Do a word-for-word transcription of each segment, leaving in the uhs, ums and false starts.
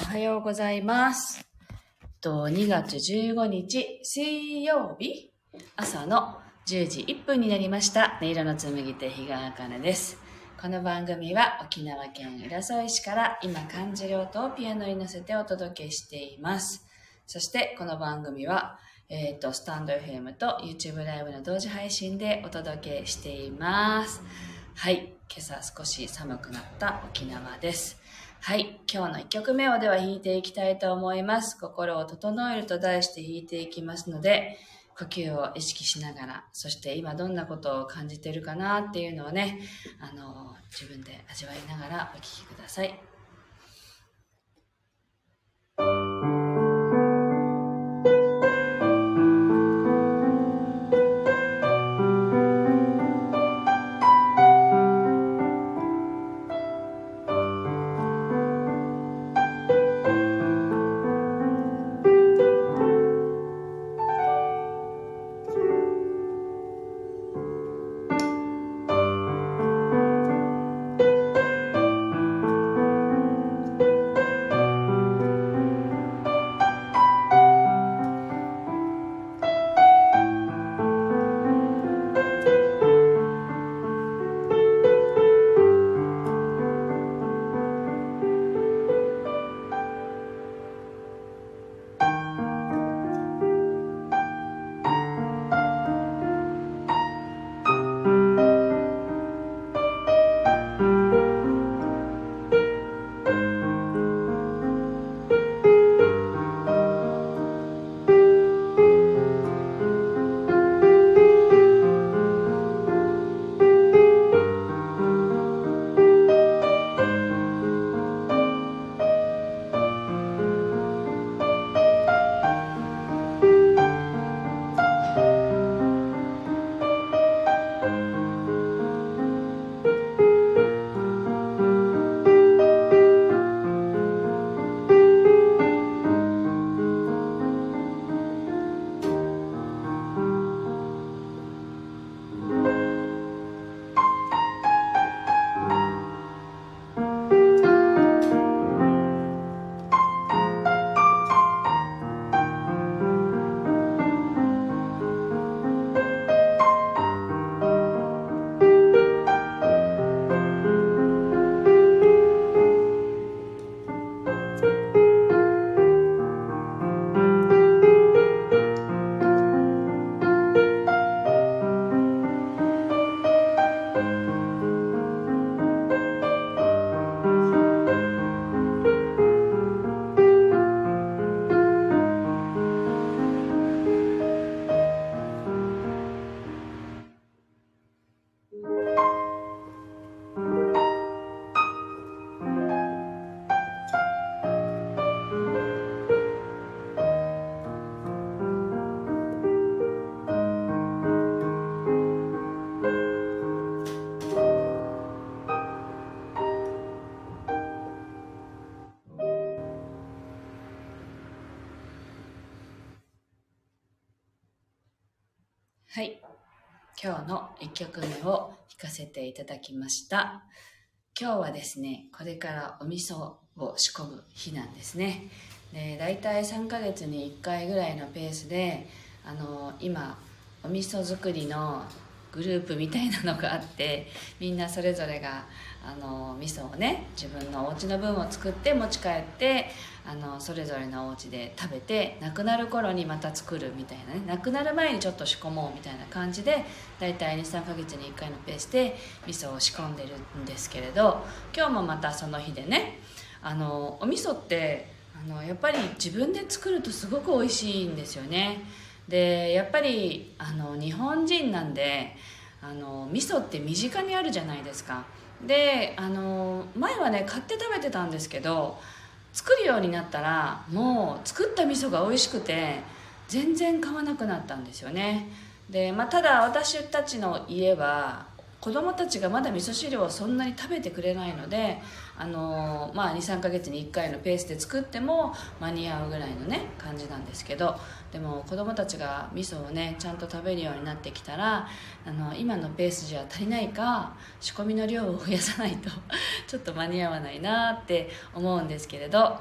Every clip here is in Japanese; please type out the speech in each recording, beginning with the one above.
はようございます。とにがつじゅうごにち水曜日朝のじゅうじいっぷんになりました。音色の紡手日川茜です。この番組は沖縄県浦添市から今感じる音をピアノに乗せてお届けしています。そしてこの番組は、えー、とスタンド エフエム と YouTube ライブの同時配信でお届けしています。はい、今朝少し寒くなった沖縄です。はい、今日のいっきょくめをでは弾いていきたいと思います。心を整えると題して弾いていきますので、呼吸を意識しながら、そして今どんなことを感じているかなっていうのをね、あの自分で味わいながらお聴きください。はい、今日のいっきょくめを弾かせていただきました。今日はですね、これからお味噌を仕込む日なんですね。で、だいたいさんかげつにいっかいぐらいのペースで、あの今お味噌作りのグループみたいなのがあって、みんなそれぞれがあの味噌をね、自分のお家の分を作って持ち帰って、あのそれぞれのお家で食べて、亡くなる頃にまた作るみたいなね、亡くなる前にちょっと仕込もうみたいな感じで、だいたいにさんかげつにいっかいのペースで味噌を仕込んでるんですけれど、今日もまたその日でね、あのお味噌ってあのやっぱり自分で作るとすごく美味しいんですよね。でやっぱりあの日本人なんで、あの味噌って身近にあるじゃないですか。であの前はね買って食べてたんですけど、作るようになったらもう作った味噌が美味しくて全然買わなくなったんですよね。で、まあ、ただ私たちの家は子供たちがまだ味噌汁をそんなに食べてくれないので、あのまあ、にさんかげつにいっかいのペースで作っても間に合うぐらいのね感じなんですけど、でも子供たちが味噌をねちゃんと食べるようになってきたら、あの今のペースじゃ足りないか、仕込みの量を増やさないとちょっと間に合わないなって思うんですけれど、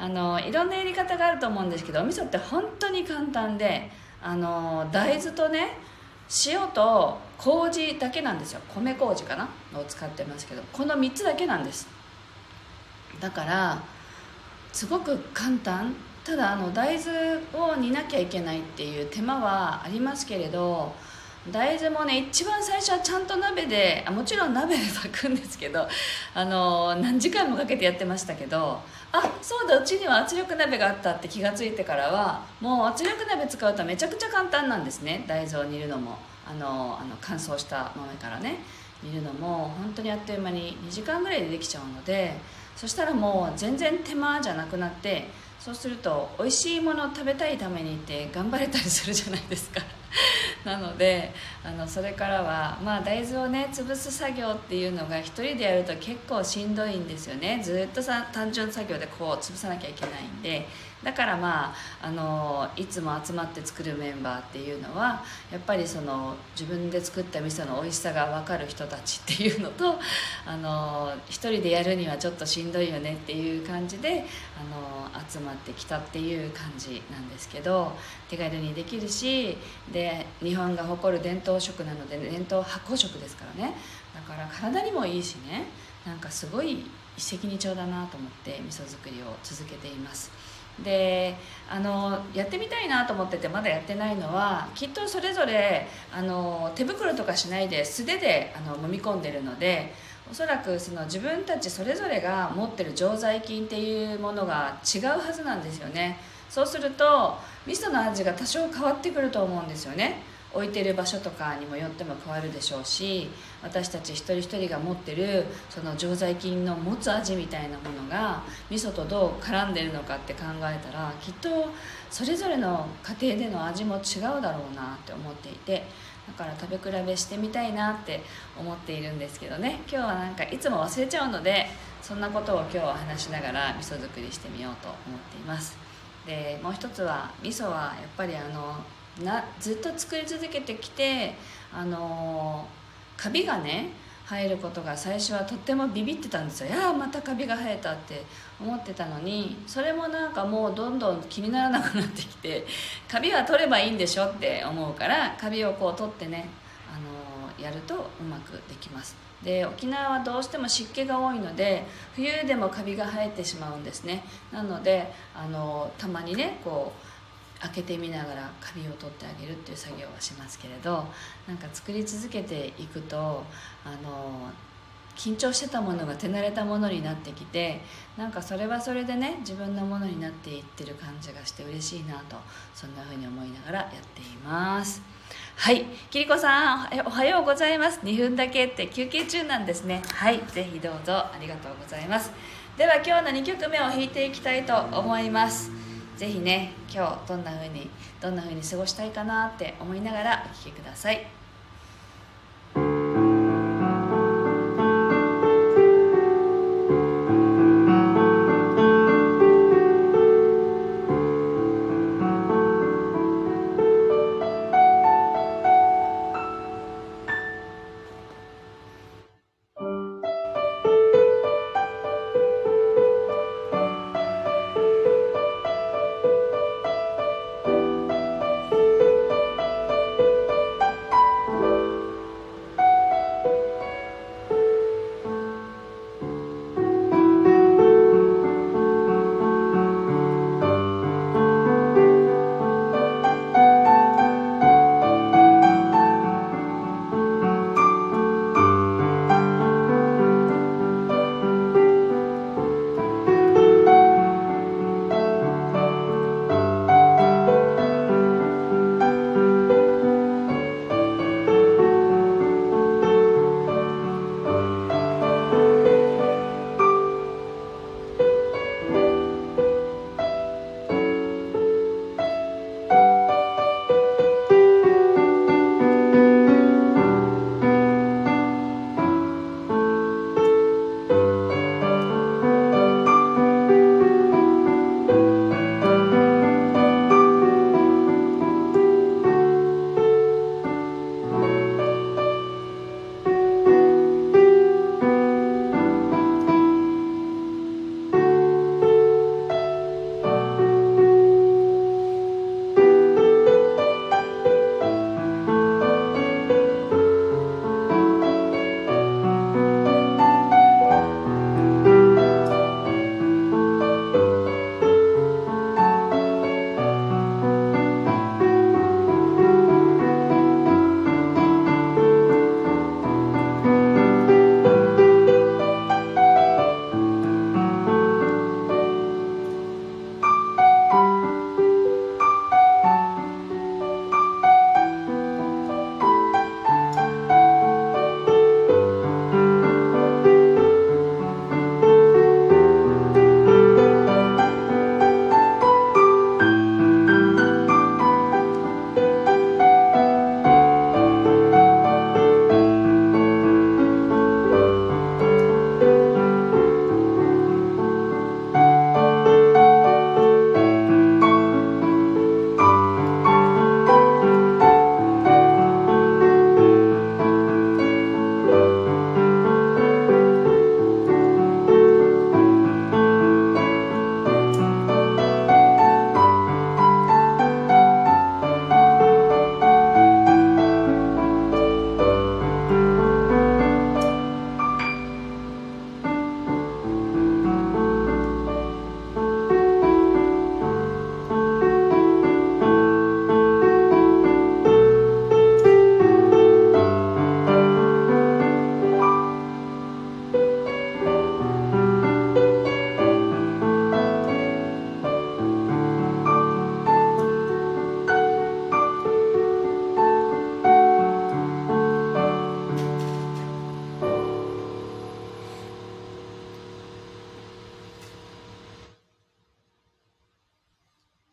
あのいろんなやり方があると思うんですけど、お味噌って本当に簡単で、あの大豆とね塩と麹だけなんですよ。米麹かなを使ってますけど、このみっつだけなんです。だからすごく簡単。ただあの大豆を煮なきゃいけないっていう手間はありますけれど、大豆もね一番最初はちゃんと鍋で、あもちろん鍋で炊くんですけど、あの何時間もかけてやってましたけど、あそうだうちには圧力鍋があったって気がついてからは、もう圧力鍋使うとめちゃくちゃ簡単なんですね。大豆を煮るのも、あのあの乾燥した豆からね煮るのも本当にあっという間ににじかんぐらいでできちゃうので、そしたらもう全然手間じゃなくなって、そうすると美味しいものを食べたいためにって頑張れたりするじゃないですかなのであのそれからは、まあ、大豆をね潰す作業っていうのが一人でやると結構しんどいんですよね。ずっとさ単純作業でこう潰さなきゃいけないんで、だからまああのいつも集まって作るメンバーっていうのはやっぱりその自分で作った味噌の美味しさが分かる人たちっていうのと、あの一人でやるにはちょっとしんどいよねっていう感じであの集まってきたっていう感じなんですけど、手軽にできるし、で日本が誇る伝統食なので伝統発酵食ですからね、だから体にもいいしね、なんかすごい一石二鳥だなと思って味噌作りを続けています。であのやってみたいなと思っててまだやってないのは、きっとそれぞれあの手袋とかしないで素手であの揉み込んでるので、おそらくその自分たちそれぞれが持ってる常在菌っていうものが違うはずなんですよね。そうすると味噌の味が多少変わってくると思うんですよね。置いてる場所とかにもよっても変わるでしょうし、私たち一人一人が持ってるその常在菌の持つ味みたいなものが味噌とどう絡んでるのかって考えたら、きっとそれぞれの家庭での味も違うだろうなって思っていて、だから食べ比べしてみたいなって思っているんですけどね。今日はなんかいつも忘れちゃうので、そんなことを今日は話しながら味噌作りしてみようと思っています。でもう一つは、味噌はやっぱりあのなずっと作り続けてきて、あのカビがね生えることが最初はとってもビビってたんですよ。いやーまたカビが生えたって思ってたのに、それもなんかもうどんどん気にならなくなってきて、カビは取ればいいんでしょって思うから、カビをこう取ってね、あのやるとうまくできます。で沖縄はどうしても湿気が多いので、冬でもカビが生えてしまうんですね。なのであのたまにねこう開けてみながらカビを取ってあげるっていう作業はしますけれど、なんか作り続けていくとあの緊張してたものが手慣れたものになってきて、なんかそれはそれでね自分のものになっていってる感じがして嬉しいなと、そんな風に思いながらやっています。はい、きりこさんおはようございます。にふんだけって休憩中なんですね。はい、ぜひどうぞありがとうございます。では今日のにきょくめを弾いていきたいと思います。ぜひね今日どんな風にどんな風に過ごしたいかなって思いながらお聴きください。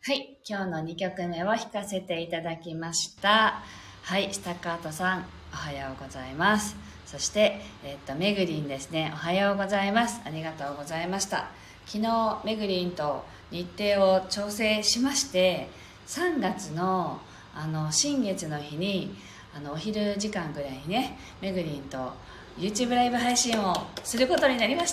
はい、今日のにきょくめを弾かせていただきました。はい、スタッカートさん、おはようございます。そして、えっと、めぐりんですね、おはようございます。ありがとうございました。昨日、めぐりんと日程を調整しまして、さんがつの、あの、新月の日に、あの、お昼時間ぐらいにね、めぐりんと YouTube ライブ配信をすることになりました。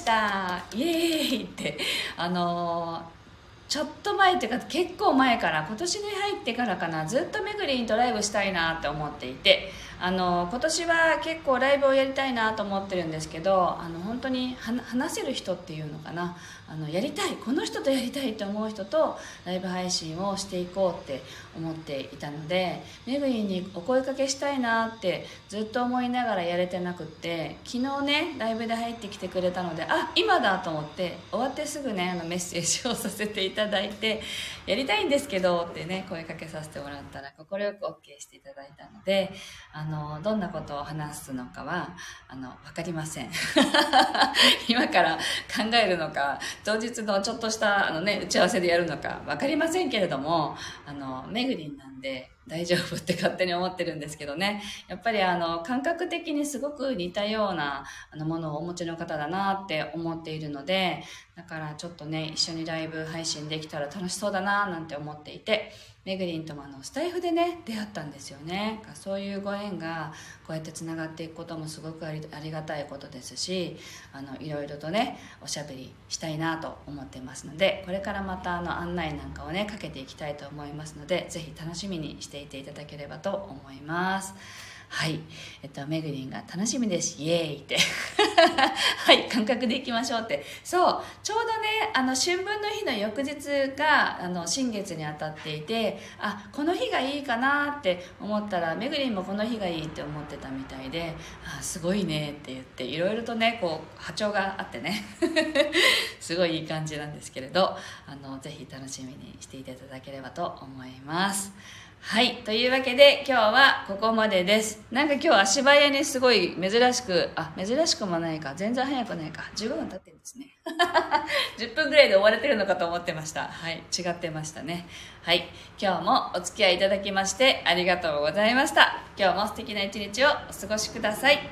イエーイって、あのーちょっと前っていうか結構前から今年に入ってからかなずっとめぐりんとライブしたいなって思っていて、あの今年は結構ライブをやりたいなと思ってるんですけど、あの本当に話せる人っていうのかな、あのやりたいこの人とやりたいと思う人とライブ配信をしていこうって思っていたので、めぐりんにお声かけしたいなってずっと思いながらやれてなくって、昨日ねライブで入ってきてくれたので、あ今だと思って終わってすぐねあのメッセージをさせていただいて、やりたいんですけどってね声かけさせてもらったら快く OK していただいたので、あのどんなことを話すのかはあの分かりません今から考えるのか当日のちょっとしたあの、ね、打ち合わせでやるのか分かりませんけれども、あのめぐりんなんで大丈夫って勝手に思ってるんですけどね、やっぱりあの感覚的にすごく似たようなあのものをお持ちの方だなって思っているので、だからちょっとね一緒にライブ配信できたら楽しそうだななんて思っていて、めぐりんともあのスタイフでね出会ったんですよね。そういうご縁がこうやってつながっていくこともすごくあり、ありがたいことですし、あのいろいろとねおしゃべりしたいなと思ってますので、これからまたあの案内なんかをねかけていきたいと思いますので、ぜひ楽しみにしていていただければと思います。はい、えっとめぐりんが楽しみですイエーイってはい感覚でいきましょうって。そうちょうどねあの春分の日の翌日があの新月に当たっていて、あこの日がいいかなって思ったらめぐりんもこの日がいいって思ってたみたいで、あすごいねって言っていろいろとねこう波長があってねすごいいい感じなんですけれど、あのぜひ楽しみにしていただければと思います。はい。というわけで、今日はここまでです。なんか今日足早にすごい珍しく、あ、珍しくもないか。全然早くないか。じゅうごふん経ってるんですね。じゅっぷんぐらいで終われてるのかと思ってました。はい。違ってましたね。はい。今日もお付き合いいただきましてありがとうございました。今日も素敵な一日をお過ごしください。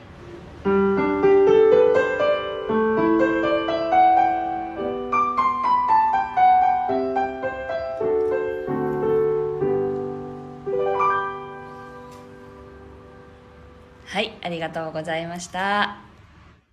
はい、ありがとうございました。